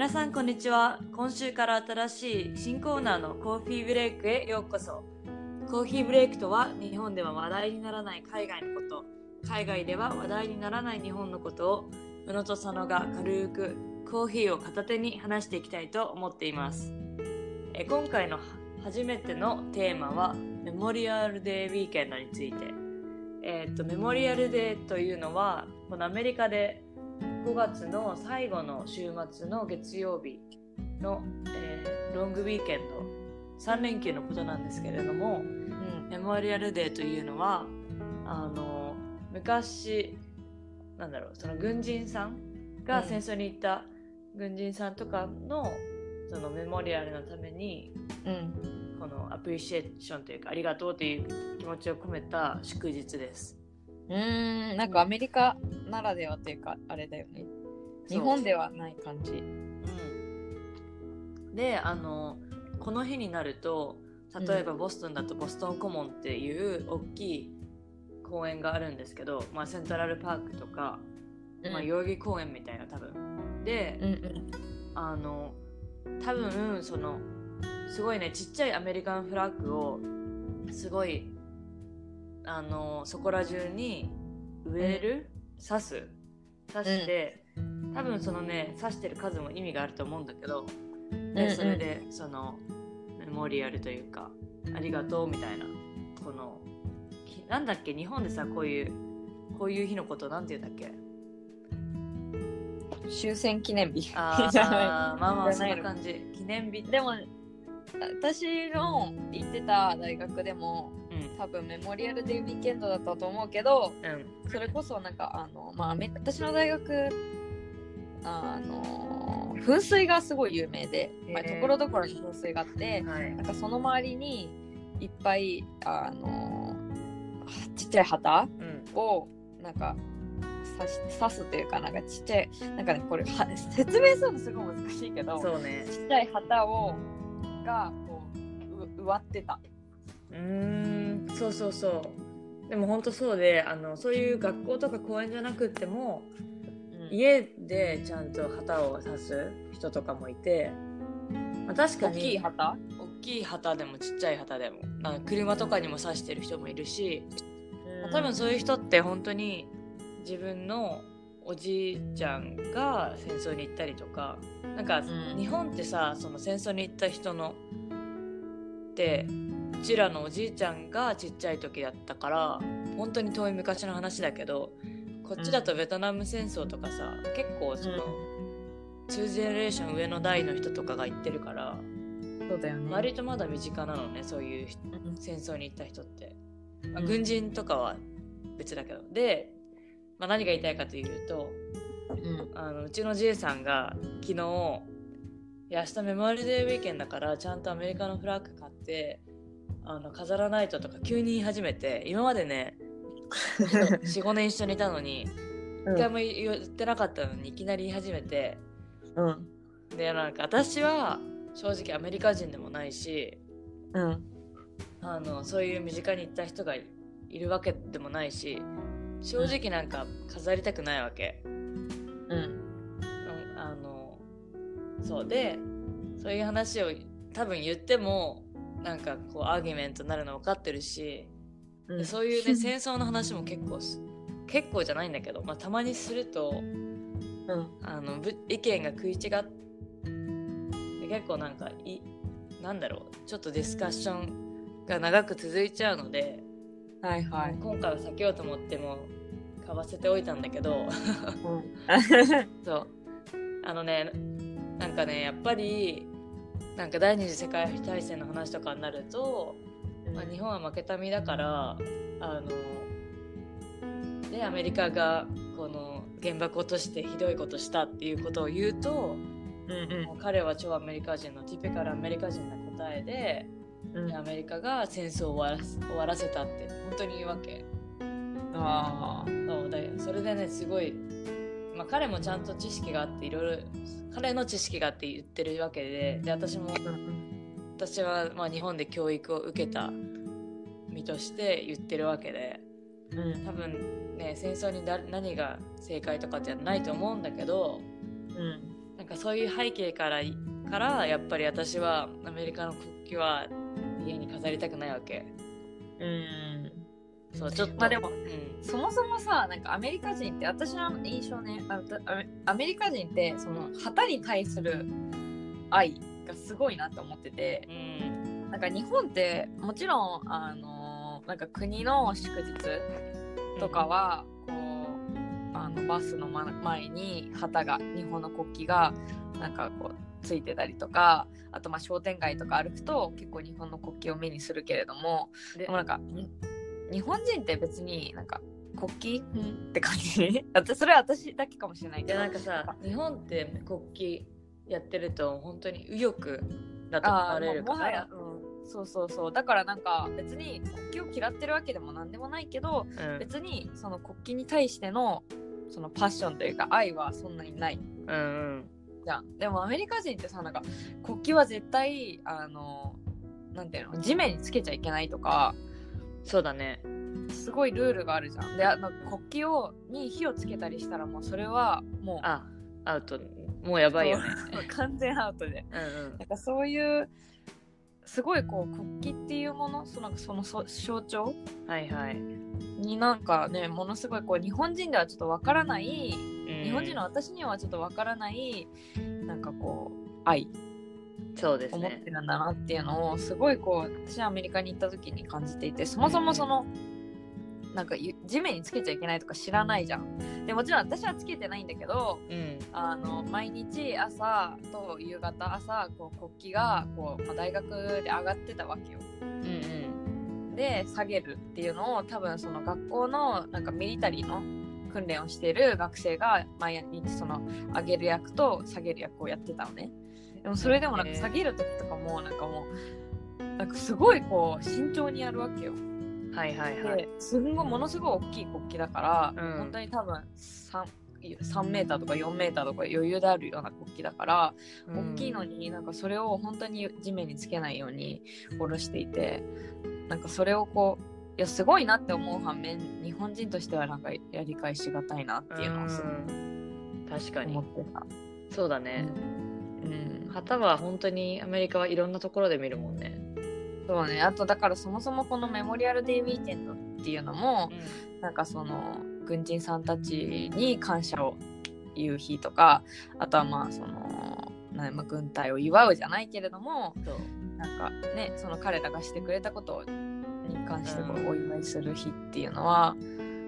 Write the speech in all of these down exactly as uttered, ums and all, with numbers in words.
皆さんこんにちは。今週から新しい新コーナーのコーヒーブレイクへようこそ。コーヒーブレイクとは、日本では話題にならない海外のこと、海外では話題にならない日本のことを宇野と佐野が軽くコーヒーを片手に話していきたいと思っています。え今回の初めてのテーマはメモリアルデーウィーケンドについて。えー、とメモリアルデーというのは、このアメリカでごがつの最後の週末の月曜日の、えー、ロングウィーケンドさん連休のことなんですけれども、うん、メモリアルデーというのはあの昔なんだろうその軍人さんが戦争に行った軍人さんとかの、そのメモリアルのために、うん、このアプリシエーションというかありがとうという気持ちを込めた祝日です。 うーん、なんかアメリカならではというかあれだよね。日本ではない感じ。うん、 で、あのこの日になると、例えばボストンだとボストンコモンっていう大きい公園があるんですけど、まあ、セントラルパークとか、うんまあ、代々木公園みたいな多分で、うんうん、あの多分そのすごいねちっちゃいアメリカンフラッグをすごいあのそこら中に植える、うん、刺す刺して、うん、多分そのね刺してる数も意味があると思うんだけど、でそれでそのメモリアルというかありがとうみたいな、このなんだっけ日本でさこういうこういう日のことなんて言うんだっけ、 終戦記念日。 ああまあまあそんな感じ、記念日。 でも私の行ってた大学でも、うん、多分メモリアルデーウィーケンドだったと思うけど、うん、それこそなんかあの、まあ、私の大学あの噴水がすごい有名で、まあ、ところどころに噴水があって、はい、なんかその周りにいっぱいあのちっちゃい旗をなんか刺し刺すというか、なんかちっちゃいなんかねこれ説明するのすごい難しいけど、 そうね、 ちっちゃい旗をがこう植わってた。 うーんそうそうそう。でも本当そうで、あのそういう学校とか公園じゃなくっても、うん、家でちゃんと旗を刺す人とかもいて、まあ、確かに大きい旗大きい旗でもちっちゃい旗でもなんか車とかにも刺してる人もいるし、うんまあ、多分そういう人って本当に自分のおじいちゃんが戦争に行ったりとか、なんか日本ってさ、その戦争に行った人のってうちらのおじいちゃんがちっちゃい時だったから本当に遠い昔の話だけど、こっちだとベトナム戦争とかさ、うん、結構その、うん、にジェネレーション上の代の人とかが行ってるから、 そうだよね、 割とまだ身近なのね、そういう戦争に行った人って、まあ、軍人とかは別だけど、で、まあ、何が言いたいかというと、うん、あのうちのじいさんが昨日、いや明日メモリアルデーウィーケンだからちゃんとアメリカのフラッグ買ってあの飾らないととか急に言い始めて、今までね よんごねん一緒にいたのに一回も言ってなかったのにいきなり言い始めて、うん、でなんか私は正直アメリカ人でもないし、うん、あのそういう身近に行った人がいるわけでもないし、正直なんか飾りたくないわけ、うん、あのそうで、そういう話を多分言ってもなんかこうアーギュメントになるの分かってるし、うん、そういうね戦争の話も結構結構じゃないんだけど、まあ、たまにすると、うん、あの意見が食い違って結構なんかいなんだろうちょっとディスカッションが長く続いちゃうので、はいはい、今回は避けようと思っても買わせておいたんだけど、うん、そうあのねなんかねやっぱりなんか第二次世界大戦の話とかになると、まあ、日本は負けた身だからあのでアメリカがこの原爆落としてひどいことしたっていうことを言うと、うんうん、もう彼は超アメリカ人のティピカルアメリカ人な答えで、うん、アメリカが戦争を終わらせ、終わらせたって本当に言うわけ。あそうだよ。それでねすごい、まあ、彼もちゃんと知識があっていろいろ彼の知識があって言ってるわけで、で私も私はまあ日本で教育を受けた身として言ってるわけで、うん、多分ね戦争にだ何が正解とかじゃないと思うんだけど、うん、 なんかそういう背景からからやっぱり私はアメリカの国旗は家に飾りたくないわけ。 うん。 そうちょっとまあでも、うん、そもそもさ、なんかアメリカ人って私の印象ね、アメリカ人ってその旗に対する愛がすごいなって思ってて、うん、なんか日本ってもちろんあのなんか国の祝日とかはこうあのバスの前に旗が日本の国旗がなんかこうついてたりとか、あとまあ商店街とか歩くと結構日本の国旗を目にするけれども、でもなんか日本人って別になんか国旗って感じそれは私だけかもしれないけど、 なんかさ日本って国旗やってると本当に右翼だと思われるから、 うん、そうそうそう、だからなんか別に国旗を嫌ってるわけでもなんでもないけど、うん、別にその国旗に対してのそのパッションというか愛はそんなにない、うんうん、じゃん。でもアメリカ人ってさ、なんか国旗は絶対あのなんていうの、地面につけちゃいけないとか、 そうだね、 すごいルールがあるじゃん。で、あの国旗をに火をつけたりしたらもうそれはもうあアウト、もうやばいよね完全アウトで、うんうん、なんかそういうすごいこう国旗っていうもの、そのそのそ象徴、 はいはい、 になんかね、ものすごいこう日本人ではちょっとわからない、うん、日本人の私にはちょっとわからないなんかこう愛、 そうですね、 思ってるんだなっていうのをすごいこう私はアメリカに行った時に感じていて、そもそもその、うん、なんか地面につけちゃいけないとか知らないじゃん。でもちろん私はつけてないんだけど、うん、あの毎日朝と夕方朝こう国旗がこう、まあ、大学で上がってたわけよ、うんうん、で下げるっていうのを多分その学校のなんかミリタリーの訓練をしている学生が毎日その上げる役と下げる役をやってたのね。でもそれでもなんか下げる時とかもなんかもうなんかすごいこう慎重にやるわけよ。 はいはいはい。 ですんごいものすごい大きい国旗だから、うん、本当に多分 3, 3メーターとかよんメーターとか余裕であるような国旗だから、うん、大きいのになんかそれを本当に地面につけないように下ろしていて、なんかそれをこういやすごいなって思う反面、日本人としてはなんかやり返しがたいなっていうのをすごい確かに思ってた。 そうだね。うん、旗は本当にアメリカはいろんなところで見るもんね。 そうね。あとだからそもそもこのメモリアルデイウィーケンドっていうのも、うん、なんかその軍人さんたちに感謝を言う日とか、あとはまあそのなんか軍隊を祝うじゃないけれども、なんかねその彼らがしてくれたことに関してこうお祝いする日っていうのは、うん、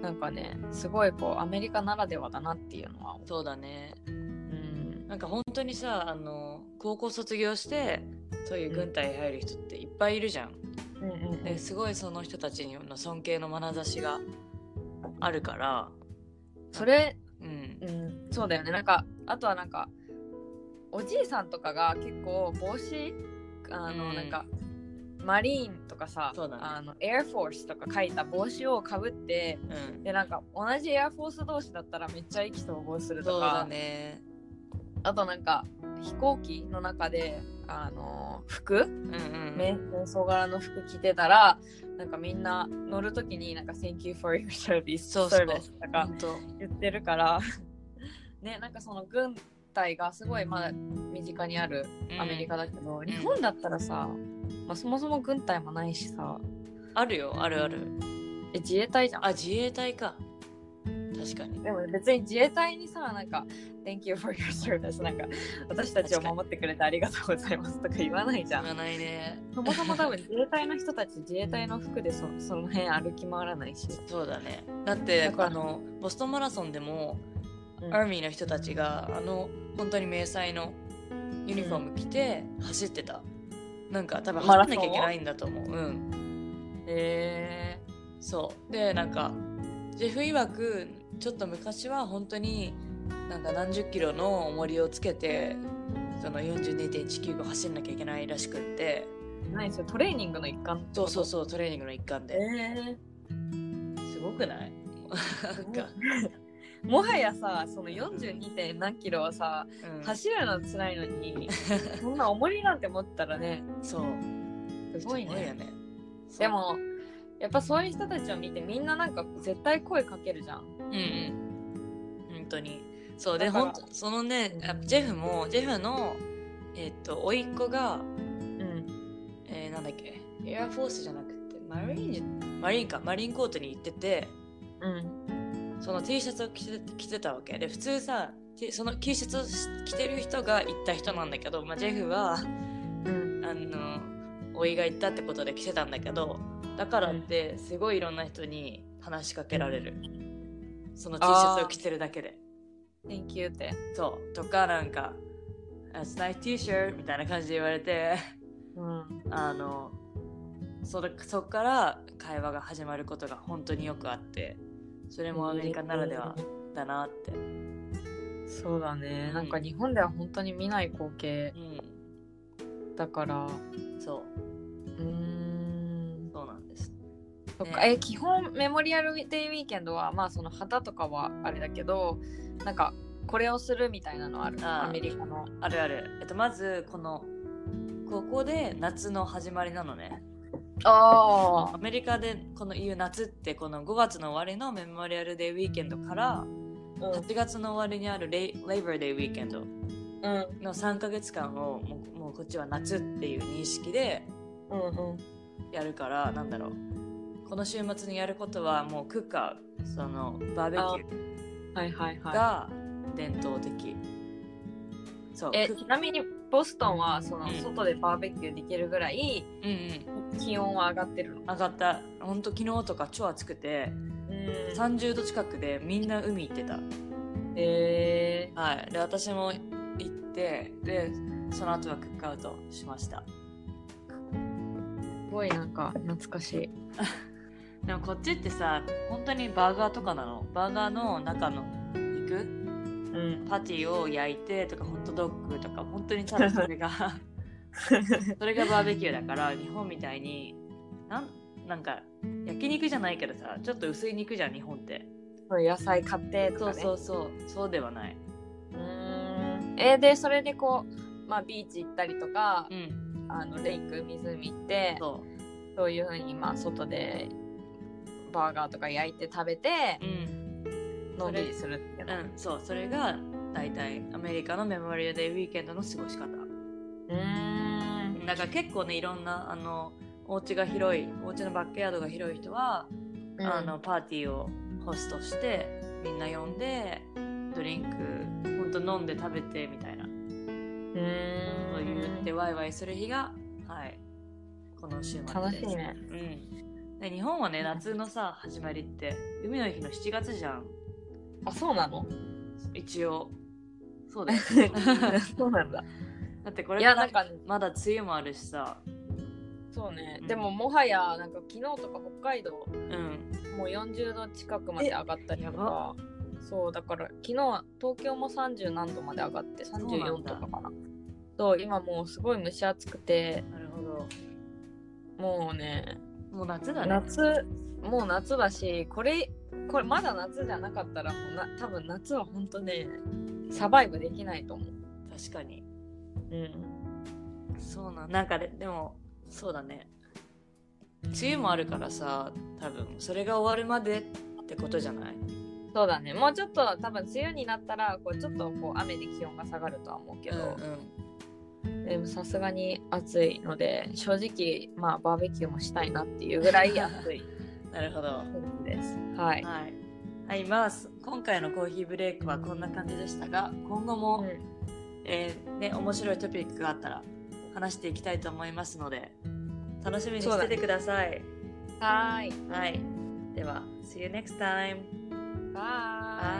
なんかねすごいこうアメリカならではだなっていうのは。 そうだね。なんか本当にさ、あの高校卒業してそういう軍隊に入る人っていっぱいいるじゃん、うんうんうん、ですごいその人たちの尊敬の眼差しがあるから、 それ、うんうん、そうだよね。なんかあとはなんかおじいさんとかが結構帽子あの、うん、なんかマリーンとかさ、そうだね、あのエアフォースとか書いた帽子をかぶって、うん、でなんか同じエアフォース同士だったらめっちゃ意気投合するとか。 そうだね。 あとなんか飛行機の中であの服、うんうん、ね、瞑想柄の服着てたらなんかみんな乗るときになんか Thank you for your service そうそう service とか言ってるからね、なんかその軍隊がすごいまだ身近にあるアメリカだけど、うん、日本だったらさ、まあ、そもそも軍隊もないしさ。 あるよ、あるある。 え自衛隊じゃん。 あ、自衛隊か。確かに。 でも別に自衛隊にさ、なんか Thank you for your service なんか私たちを守ってくれてありがとうございますとか言わないじゃん。 言わないね。 そもそも多分自衛隊の人たち自衛隊の服で そ, その辺歩き回らないし。 そうだね。だってあのボストンマラソンでも、うん、アーミーの人たちがあの本当に迷彩のユニフォーム着て走ってた、うん、なんか多分走らなきゃいけないんだと思う。うん。へえー。そうでなんかジェフ曰くちょっと昔は本当になんか何十キロの重りをつけてその よんじゅうにてんいちきゅうご 走んなきゃいけないらしくって。 何それトレーニングの一環？ そうそうそう、トレーニングの一環で。 えー、すごくない？なんかもはやさその よんじゅうに. 点何キロはさ、うん、走るの辛いのにそんな重りなんて持ったらね。 そうすごいね。 すごいよね。 でもやっぱそういう人たちを見てみんななんか絶対声かけるじゃん。 うんうん。本当にそうで本当そのねジェフもジェフのえっと甥っ子が、うんえー、なんだっけエアフォースじゃなくてマリンマリンかマリンコートに行ってて、うん、その T シャツを着て着てたわけで普通さその T シャツを着てる人が行った人なんだけど、まあ、ジェフは、うん、あの甥が行ったってことで着てたんだけどだからってすごいいろんな人に話しかけられる、うん、その T シャツを着てるだけで Thank you ってそうとかなんか That's nice T-shirt みたいな感じで言われて、うん、あの そ, そっから会話が始まることが本当によくあってそれもアメリカならではだなって、えーそうだね、うん、なんか日本では本当に見ない光景、うん、だからそううーんそうなんです、 そっか、ね、え基本メモリアルデイウィーケンドはまあその旗とかはあれだけどなんかこれをするみたいなのあるあアメリカのあるある、えっと、まずこのここで夏の始まりなのねあアメリカでこのいう夏ってこのごがつの終わりのメモリアルデイウィーケンドからはちがつの終わりにあるレイ、レイバーデイウィーケンドのさんかげつかんをもう、もうこっちは夏っていう認識でやるから、うんうん、なんだろうこの週末にやることはもうクッカーそのバーベキューが伝統的、 そうえちなみにボストンはその外でバーベキューできるぐらい、うんうん、気温は上がってるの？ 上がったほんと昨日とか超暑くてさんじゅうど近くでみんな海行ってた。へえー。はい。で私も行ってでその後はクックアウトしました。 すごいなんか懐かしい。 でもこっちってさ本当にバーガーとかなの。バーガーの中の肉、うん、パティを焼いてとかホットドッグとか本当にただそれがそれがバーベキューだから日本みたいになんなんか焼肉じゃないけどさちょっと薄い肉じゃん日本って野菜買ってとか、 ね、そうそうそうそうではない。 うーんえー、でそれでこう、まあ、ビーチ行ったりとか、うん、あのレイク湖行ってそうそういう風にまあ外でバーガーとか焼いて食べて、うん、のんびりするっていうの、 うん、そうそれが大体アメリカのメモリアルデイウィーケンドの過ごし方。うーんだから結構ねいろんなあのお家が広いお家のバックヤードが広い人は、うん、あのパーティーをホストしてみんな呼んでドリンクほんと飲んで食べてみたいなうーんそう言ってワイワイする日がはいこの週末です。 楽しいね、 うん、で日本はね夏のさ始まりって海の日のしちがつじゃん。 あそうなの？ 一応そうだよそうなんだ。 だってこれからまだ梅雨もあるしさ。 そうね、うん、でももはやなんか昨日とか北海道、うん、もうよんじゅうど近くまで上がったりとかそうだから昨日は東京もさんじゅうなんどまで上がってさんじゅうよんとかかな。そう今もうすごい蒸し暑くてなるほどもうねもう夏だね。 夏もう夏だしこれこれまだ夏じゃなかったらもうな多分夏はほんとねサバイブできないと思う。 確かにうんそうなんなんかででもそうだね梅雨もあるからさ多分それが終わるまでってことじゃない？ そうだねもうちょっと多分梅雨になったらこうちょっとこう雨で気温が下がるとは思うけど、うんうん、でもさすがに暑いので正直まあバーベキューもしたいなっていうぐらい暑いなるほどですはい、 はいはい、まあ今回のコーヒーブレイクはこんな感じでしたが今後も、うんえーね、面白いトピックがあったら話していきたいと思いますので楽しみにしててください。 はい。 はい。では See you next time. Bye. Bye.